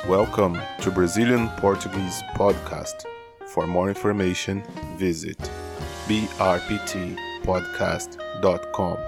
Welcome to Brazilian Portuguese Podcast. For more information, visit brptpodcast.com.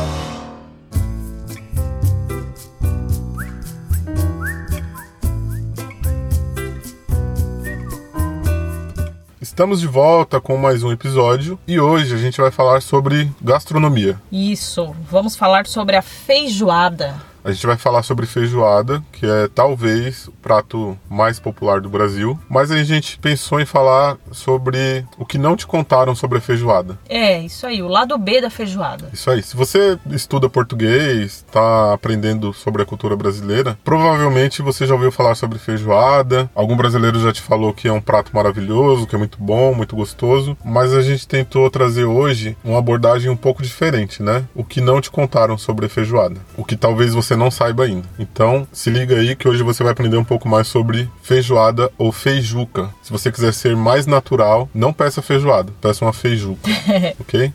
Estamos de volta com mais um episódio e hoje a gente vai falar sobre gastronomia. Isso, vamos falar sobre a feijoada. A gente vai falar sobre feijoada, que é talvez o prato mais popular do Brasil. Mas aí a gente pensou em falar sobre o que não te contaram sobre a feijoada. É, isso aí, o lado B da feijoada. Isso aí. Se você estuda português, está aprendendo sobre a cultura brasileira, provavelmente você já ouviu falar sobre feijoada. Algum brasileiro já te falou que é um prato maravilhoso, que é muito bom, muito gostoso. Mas a gente tentou trazer hoje uma abordagem um pouco diferente, né? O que não te contaram sobre a feijoada. O que talvez você não saiba ainda. Então, se liga aí que hoje você vai aprender um pouco mais sobre feijoada ou feijuca. Se você quiser ser mais natural, não peça feijoada, peça uma feijuca, ok?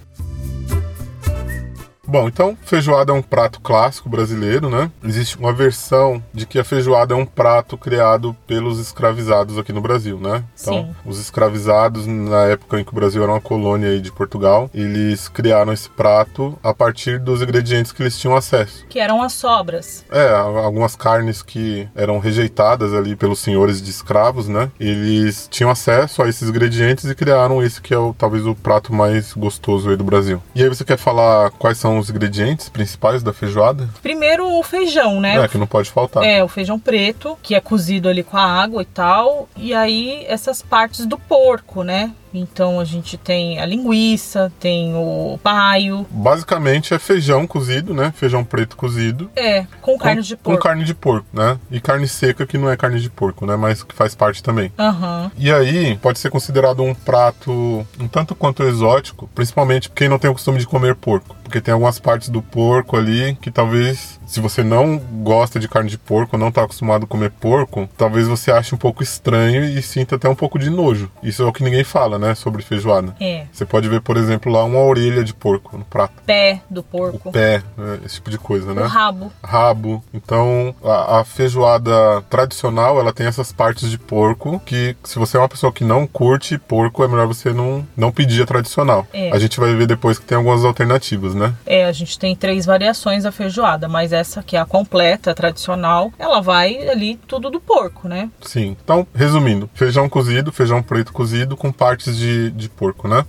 Bom, então, feijoada é um prato clássico brasileiro, né? Existe uma versão de que a feijoada é um prato criado pelos escravizados aqui no Brasil, né? Então, Sim. Os escravizados, na época em que o Brasil era uma colônia aí de Portugal, eles criaram esse prato a partir dos ingredientes que eles tinham acesso. Que eram as sobras. Algumas carnes que eram rejeitadas ali pelos senhores de escravos, né? Eles tinham acesso a esses ingredientes e criaram esse que é talvez o prato mais gostoso aí do Brasil. E aí você quer falar quais são os ingredientes principais da feijoada? Primeiro o feijão, né? Que não pode faltar. O feijão preto, que é cozido ali com a água e tal. E aí essas partes do porco, né? Então a gente tem a linguiça, tem o paio. Basicamente é feijão cozido, né? Feijão preto cozido. Com carne de porco. Com carne de porco, né? E carne seca que não é carne de porco, né? Mas que faz parte também. Uhum. E aí pode ser considerado um prato um tanto quanto exótico, principalmente quem não tem o costume de comer porco. Porque tem algumas partes do porco ali que talvez, se você não gosta de carne de porco, não está acostumado a comer porco, talvez você ache um pouco estranho e sinta até um pouco de nojo. Isso é o que ninguém fala, né, sobre feijoada. Você pode ver, por exemplo, lá uma orelha de porco no prato. Pé do porco. O pé, esse tipo de coisa, né? O rabo. Rabo. Então, a feijoada tradicional, ela tem essas partes de porco que, se você é uma pessoa que não curte porco, é melhor você não pedir a tradicional. A gente vai ver depois que tem algumas alternativas, né? A gente tem 3 variações da feijoada, mas essa que é a completa, a tradicional, ela vai ali tudo do porco, né? Sim. Então, resumindo, feijão cozido, feijão preto cozido com partes de porco, né?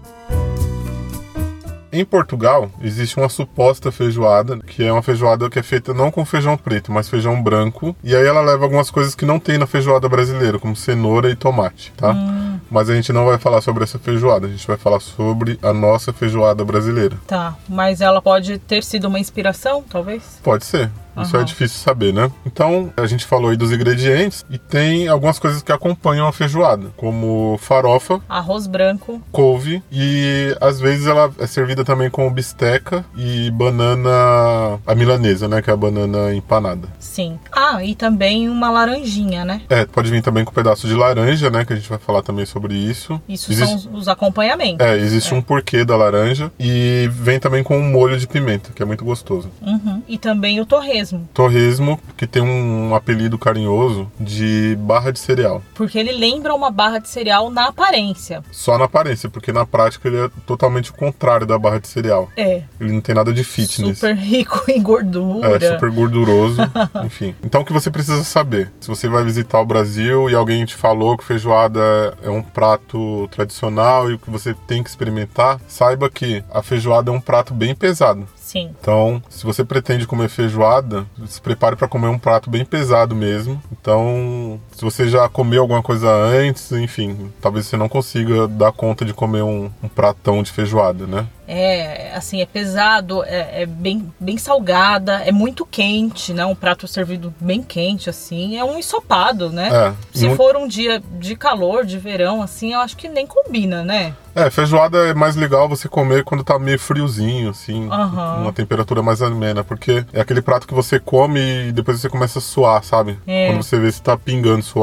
Em Portugal, existe uma suposta feijoada, que é uma feijoada que é feita não com feijão preto, mas feijão branco. E aí ela leva algumas coisas que não tem na feijoada brasileira, como cenoura e tomate, tá? Mas a gente não vai falar sobre essa feijoada, a gente vai falar sobre a nossa feijoada brasileira. Tá, mas ela pode ter sido uma inspiração, talvez? Pode ser. Isso é difícil saber, né? Então, a gente falou aí dos ingredientes e tem algumas coisas que acompanham a feijoada, como farofa, arroz branco, couve e às vezes ela é servida também com bisteca e banana a milanesa, né? Que é a banana empanada. Sim. E também uma laranjinha, né? Pode vir também com um pedaço de laranja, né? Que a gente vai falar também sobre isso. Isso são os acompanhamentos. Existe um porquê da laranja e vem também com um molho de pimenta, que é muito gostoso. E também o torresmo. Torresmo, que tem um apelido carinhoso de barra de cereal. Porque ele lembra uma barra de cereal na aparência. Só na aparência, porque na prática ele é totalmente o contrário da barra de cereal. Ele não tem nada de fitness. Super rico em gordura. Super gorduroso, enfim. Então o que você precisa saber? Se você vai visitar o Brasil e alguém te falou que feijoada é um prato tradicional e o que você tem que experimentar, saiba que a feijoada é um prato bem pesado. Sim. Então, se você pretende comer feijoada, se prepare para comer um prato bem pesado mesmo. Então, se você já comeu alguma coisa antes, enfim, talvez você não consiga dar conta de comer um pratão de feijoada, né? Assim, é pesado, é bem salgada, é muito quente, né? Um prato servido bem quente, assim, é um ensopado, né? Se for um dia de calor, de verão, assim, eu acho que nem combina, né? Feijoada é mais legal você comer quando tá meio friozinho, assim, uma temperatura mais amena, porque é aquele prato que você come e depois você começa a suar, sabe? Quando você vê se tá pingando suor. Outra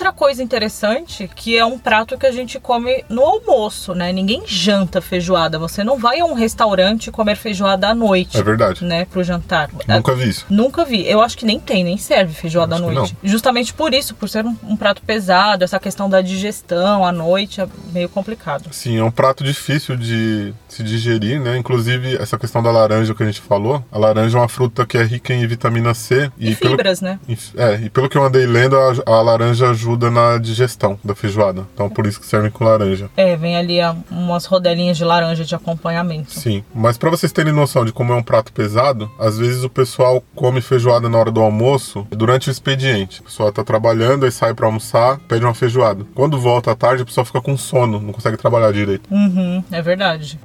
outra coisa interessante, que é um prato que a gente come no almoço, né? Ninguém janta feijoada. Você não vai a um restaurante comer feijoada à noite. É verdade. Né? Pro jantar. Nunca vi isso. Nunca vi. Eu acho que nem serve feijoada à noite. Justamente por isso, por ser um prato pesado, essa questão da digestão à noite é meio complicado. Sim, é um prato difícil de se digerir, né? Inclusive, essa questão da laranja que a gente falou. A laranja é uma fruta que é rica em vitamina C. E fibras, né? E pelo que eu andei lendo, a laranja ajuda na digestão da feijoada. Então, por isso que servem com laranja. Vem ali umas rodelinhas de laranja de acompanhamento. Sim, mas pra vocês terem noção de como é um prato pesado, às vezes o pessoal come feijoada na hora do almoço, durante o expediente. O pessoal tá trabalhando, aí sai pra almoçar, pede uma feijoada. Quando volta à tarde, o pessoal fica com sono, não consegue trabalhar direito. É verdade.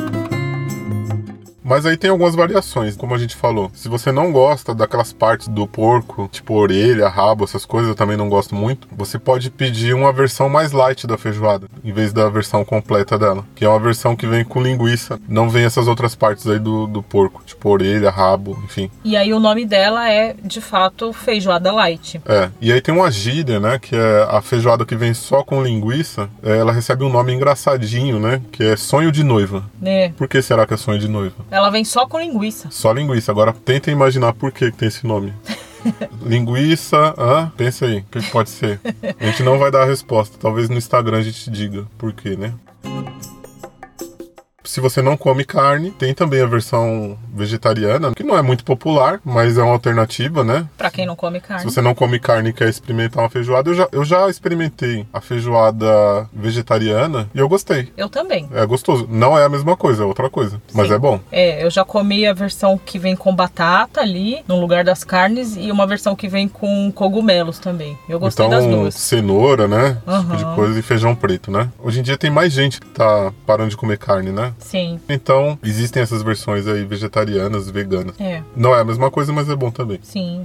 Mas aí tem algumas variações, como a gente falou. Se você não gosta daquelas partes do porco, tipo orelha, rabo, essas coisas, eu também não gosto muito, você pode pedir uma versão mais light da feijoada, em vez da versão completa dela, que é uma versão que vem com linguiça, não vem essas outras partes aí do porco, tipo orelha, rabo, enfim. E aí o nome dela é, de fato, feijoada light. E aí tem uma gíria, né, que é a feijoada que vem só com linguiça, ela recebe um nome engraçadinho, né, que é sonho de noiva. Por que será que é sonho de noiva? Ela vem só com linguiça. Só linguiça. Agora tentem imaginar por que tem esse nome. Linguiça, pensa aí, o que pode ser? A gente não vai dar a resposta. Talvez no Instagram a gente diga por quê, né? Se você não come carne, tem também a versão vegetariana, que não é muito popular, mas é uma alternativa, né? Pra quem não come carne. Se você não come carne e quer experimentar uma feijoada, eu já experimentei a feijoada vegetariana e eu gostei. Eu também. É gostoso. Não é a mesma coisa, é outra coisa. Mas Sim. É bom. Eu já comi a versão que vem com batata ali, no lugar das carnes, e uma versão que vem com cogumelos também. Eu gostei das duas. Cenoura, né? Esse tipo de coisa, e feijão preto, né? Hoje em dia tem mais gente que tá parando de comer carne, né? Sim. Então, existem essas versões aí vegetarianas, veganas. Não é a mesma coisa, mas é bom também. Sim.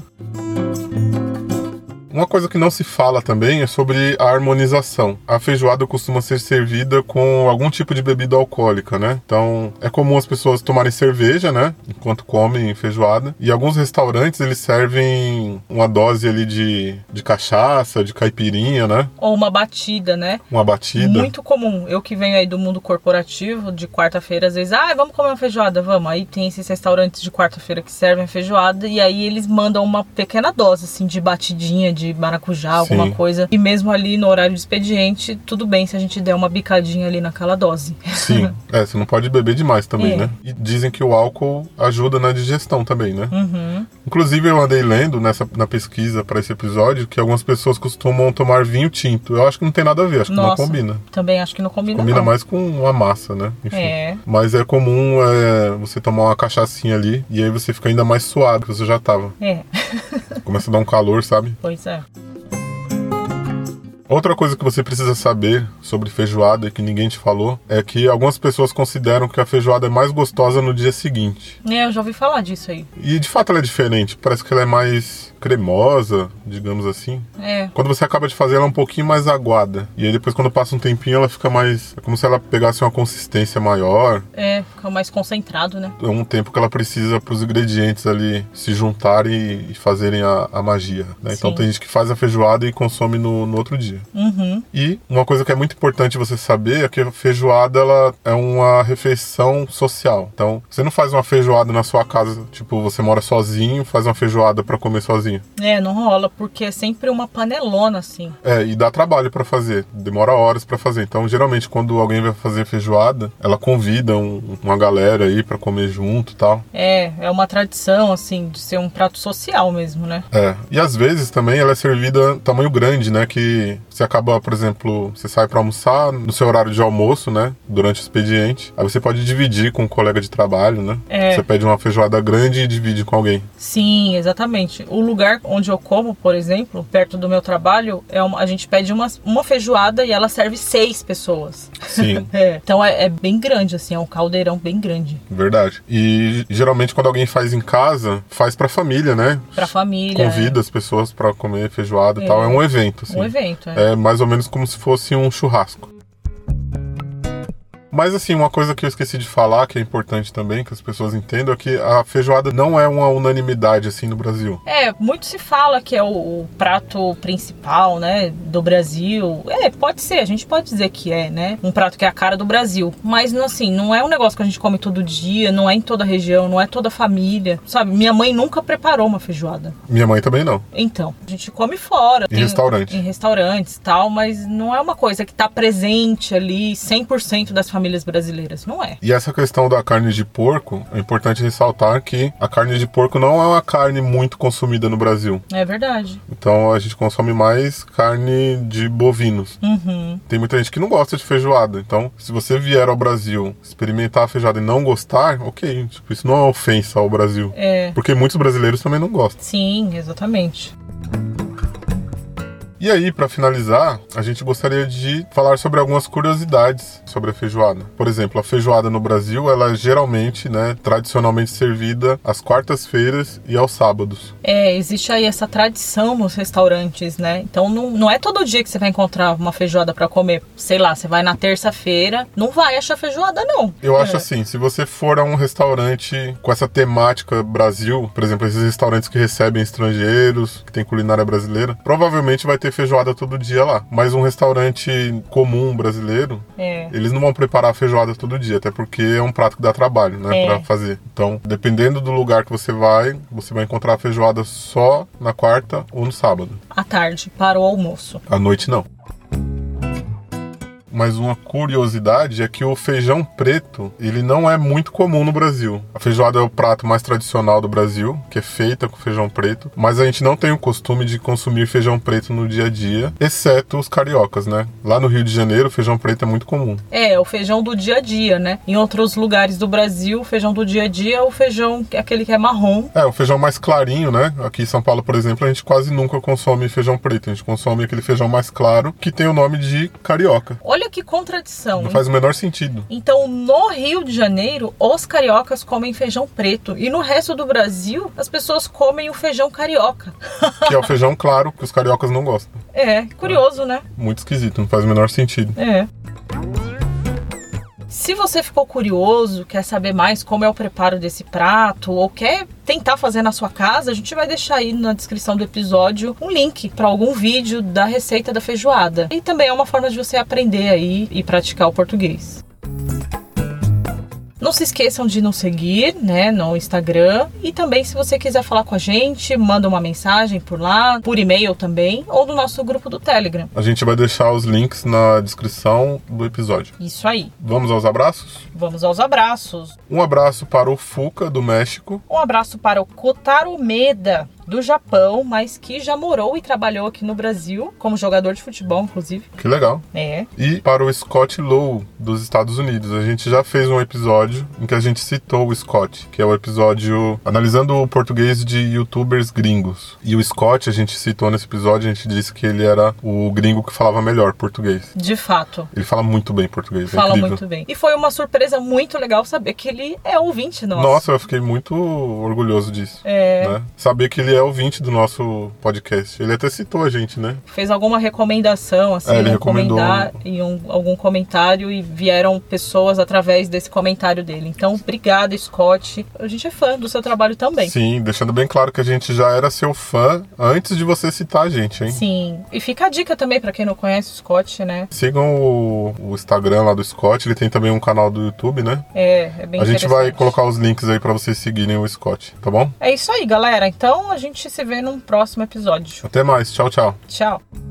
Uma coisa que não se fala também é sobre a harmonização. A feijoada costuma ser servida com algum tipo de bebida alcoólica, né? Então, é comum as pessoas tomarem cerveja, né? Enquanto comem feijoada. E alguns restaurantes, eles servem uma dose ali de cachaça, de caipirinha, né? Ou uma batida, né? Uma batida. Muito comum. Eu que venho aí do mundo corporativo, de quarta-feira, às vezes, vamos comer uma feijoada, vamos. Aí tem esses restaurantes de quarta-feira que servem feijoada e aí eles mandam uma pequena dose, assim, de batidinha, de maracujá, alguma coisa. E mesmo ali no horário de expediente, tudo bem se a gente der uma bicadinha ali naquela dose. Sim, você não pode beber demais também, né? E dizem que o álcool ajuda na digestão também, né? Inclusive eu andei lendo na pesquisa para esse episódio que algumas pessoas costumam tomar vinho tinto. Eu acho que não tem nada a ver, acho que não combina. Também acho que não combina. Combina mais com uma massa, né? Enfim. Mas é comum você tomar uma cachaçinha ali e aí você fica ainda mais suado que você já tava. Começa a dar um calor, sabe? Pois é. Outra coisa que você precisa saber sobre feijoada e que ninguém te falou é que algumas pessoas consideram que a feijoada é mais gostosa no dia seguinte. Eu já ouvi falar disso aí. E de fato ela é diferente, parece que ela é mais cremosa, digamos assim. Quando você acaba de fazer ela é um pouquinho mais aguada. E aí depois quando passa um tempinho ela fica mais... É como se ela pegasse uma consistência maior. Fica mais concentrado, né? É um tempo que ela precisa para os ingredientes ali se juntarem e fazerem a magia, né? Então tem gente que faz a feijoada e consome no outro dia. E uma coisa que é muito importante você saber é que a feijoada ela é uma refeição social. Então você não faz uma feijoada na sua casa, tipo você mora sozinho, faz uma feijoada para comer sozinho. Não rola, porque é sempre uma panelona assim. E dá trabalho para fazer, demora horas para fazer. Então geralmente quando alguém vai fazer feijoada, ela convida uma galera aí para comer junto e tal. É uma tradição assim de ser um prato social mesmo, né? E às vezes também ela é servida tamanho grande, né, que você acaba, por exemplo, você sai para almoçar no seu horário de almoço, né, durante o expediente. Aí você pode dividir com um colega de trabalho, né? Você pede uma feijoada grande e divide com alguém. Sim, exatamente. O lugar onde eu como, por exemplo, perto do meu trabalho, a gente pede uma feijoada e ela serve 6 pessoas. Sim. Então é bem grande, assim, é um caldeirão bem grande. Verdade. E geralmente quando alguém faz em casa, faz pra família, né? Pra família. Convida as pessoas pra comer feijoada e tal. É um evento, assim. Um evento, É mais ou menos como se fosse um churrasco. Mas assim, uma coisa que eu esqueci de falar, que é importante também, que as pessoas entendam, é que a feijoada não é uma unanimidade assim no Brasil. Muito se fala que é o prato principal, né, do Brasil. Pode ser, a gente pode dizer que é, né, um prato que é a cara do Brasil. Mas assim, não é um negócio que a gente come todo dia, não é em toda a região, não é toda a família, sabe? Minha mãe nunca preparou uma feijoada. Minha mãe também não. Então, a gente come fora. Em restaurante. Em restaurantes e tal, mas não é uma coisa que tá presente ali 100% das famílias brasileiras, não é. E essa questão da carne de porco, é importante ressaltar que a carne de porco não é uma carne muito consumida no Brasil. É verdade. Então a gente consome mais carne de bovinos. Uhum. Tem muita gente que não gosta de feijoada. Então, se você vier ao Brasil experimentar a feijoada e não gostar, ok. Tipo, isso não é ofensa ao Brasil. Porque muitos brasileiros também não gostam. Sim, exatamente. E aí, para finalizar, a gente gostaria de falar sobre algumas curiosidades sobre a feijoada. Por exemplo, a feijoada no Brasil, ela é geralmente, né, tradicionalmente servida às quartas-feiras e aos sábados. Existe aí essa tradição nos restaurantes, né? Então não é todo dia que você vai encontrar uma feijoada para comer. Sei lá, você vai na terça-feira, não vai achar feijoada, não. Eu acho assim, se você for a um restaurante com essa temática Brasil, por exemplo, esses restaurantes que recebem estrangeiros, que tem culinária brasileira, provavelmente vai ter feijoada todo dia lá. Mas um restaurante comum brasileiro, eles não vão preparar a feijoada todo dia, até porque é um prato que dá trabalho, né, pra fazer. Então, dependendo do lugar que você vai encontrar a feijoada só na quarta ou no sábado. À tarde, para o almoço. À noite, não. Mas uma curiosidade é que o feijão preto, ele não é muito comum no Brasil. A feijoada é o prato mais tradicional do Brasil, que é feita com feijão preto, mas a gente não tem o costume de consumir feijão preto no dia a dia, exceto os cariocas, né? Lá no Rio de Janeiro, o feijão preto é muito comum. O feijão do dia a dia, né? Em outros lugares do Brasil, o feijão do dia a dia é o feijão, aquele que é marrom. O feijão mais clarinho, né? Aqui em São Paulo, por exemplo, a gente quase nunca consome feijão preto, a gente consome aquele feijão mais claro, que tem o nome de carioca. Olha que contradição. Não faz o menor sentido. Então, no Rio de Janeiro, os cariocas comem feijão preto. E no resto do Brasil, as pessoas comem o feijão carioca. Que é o feijão claro, que os cariocas não gostam. Curioso, né? Muito esquisito, não faz o menor sentido. Se você ficou curioso, quer saber mais como é o preparo desse prato, ou quer tentar fazer na sua casa, a gente vai deixar aí na descrição do episódio um link para algum vídeo da receita da feijoada. E também é uma forma de você aprender aí e praticar o português. Não se esqueçam de nos seguir, né, no Instagram. E também, se você quiser falar com a gente, manda uma mensagem por lá, por e-mail também, ou no nosso grupo do Telegram. A gente vai deixar os links na descrição do episódio. Isso aí. Vamos aos abraços? Vamos aos abraços. Um abraço para o Fuca, do México. Um abraço para o Kotaro Meda, do Japão, mas que já morou e trabalhou aqui no Brasil, como jogador de futebol, inclusive. Que legal. E para o Scott Lowe, dos Estados Unidos. A gente já fez um episódio em que a gente citou o Scott, que é o episódio analisando o português de youtubers gringos. E o Scott, a gente citou nesse episódio, a gente disse que ele era o gringo que falava melhor português. De fato. Ele fala muito bem português, Fala muito bem. E foi uma surpresa muito legal saber que ele é ouvinte nosso. Nossa, eu fiquei muito orgulhoso disso. Né? Saber que ele é ouvinte do nosso podcast. Ele até citou a gente, né? Fez alguma recomendação, assim, ele recomendou algum comentário, e vieram pessoas através desse comentário dele. Então, obrigado, Scott. A gente é fã do seu trabalho também. Sim, deixando bem claro que a gente já era seu fã antes de você citar a gente, hein? Sim. E fica a dica também pra quem não conhece o Scott, né? Sigam o Instagram lá do Scott. Ele tem também um canal do YouTube, né? É bem interessante. A gente vai colocar os links aí pra vocês seguirem o Scott, tá bom? É isso aí, galera. Então, a gente se vê num próximo episódio. Até mais. Tchau, tchau. Tchau.